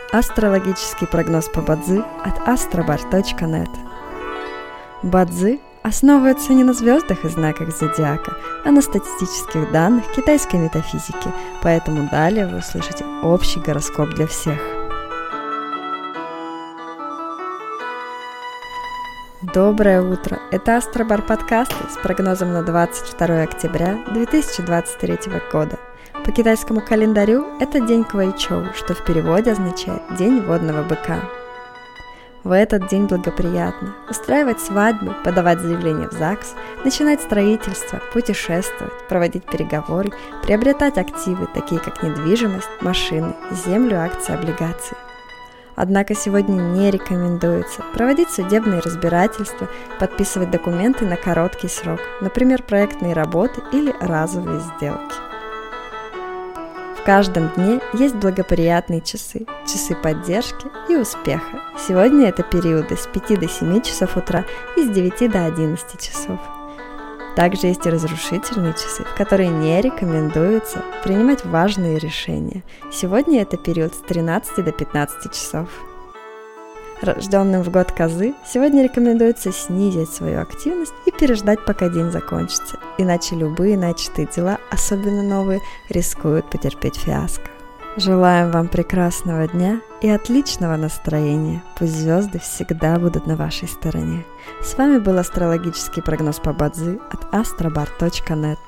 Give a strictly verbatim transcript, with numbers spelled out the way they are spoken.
Астрологический прогноз по Бадзи от астробар точка нет. Бадзи основывается не на звездах и знаках зодиака, а на статистических данных китайской метафизики, поэтому далее вы услышите общий гороскоп для всех. Доброе утро! Это Астробар подкасты с прогнозом на двадцать второе октября две тысячи двадцать третьего года. По китайскому календарю это день Куайчжоу, что в переводе означает «день водного быка». В этот день благоприятно устраивать свадьбы, подавать заявления в ЗАГС, начинать строительство, путешествовать, проводить переговоры, приобретать активы, такие как недвижимость, машины, землю, акции, облигации. Однако сегодня не рекомендуется проводить судебные разбирательства, подписывать документы на короткий срок, например, проектные работы или разовые сделки. В каждом дне есть благоприятные часы, часы поддержки и успеха. Сегодня это периоды с пяти до семи часов утра и с девяти до одиннадцати часов. Также есть и разрушительные часы, в которые не рекомендуется принимать важные решения. Сегодня это период с тринадцати до пятнадцати часов. Рожденным в год Козы сегодня рекомендуется снизить свою активность и переждать, пока день закончится, иначе любые начатые дела, особенно новые, рискуют потерпеть фиаско. Желаем вам прекрасного дня и отличного настроения. Пусть звезды всегда будут на вашей стороне. С вами был астрологический прогноз по Бадзи от астробар точка нет.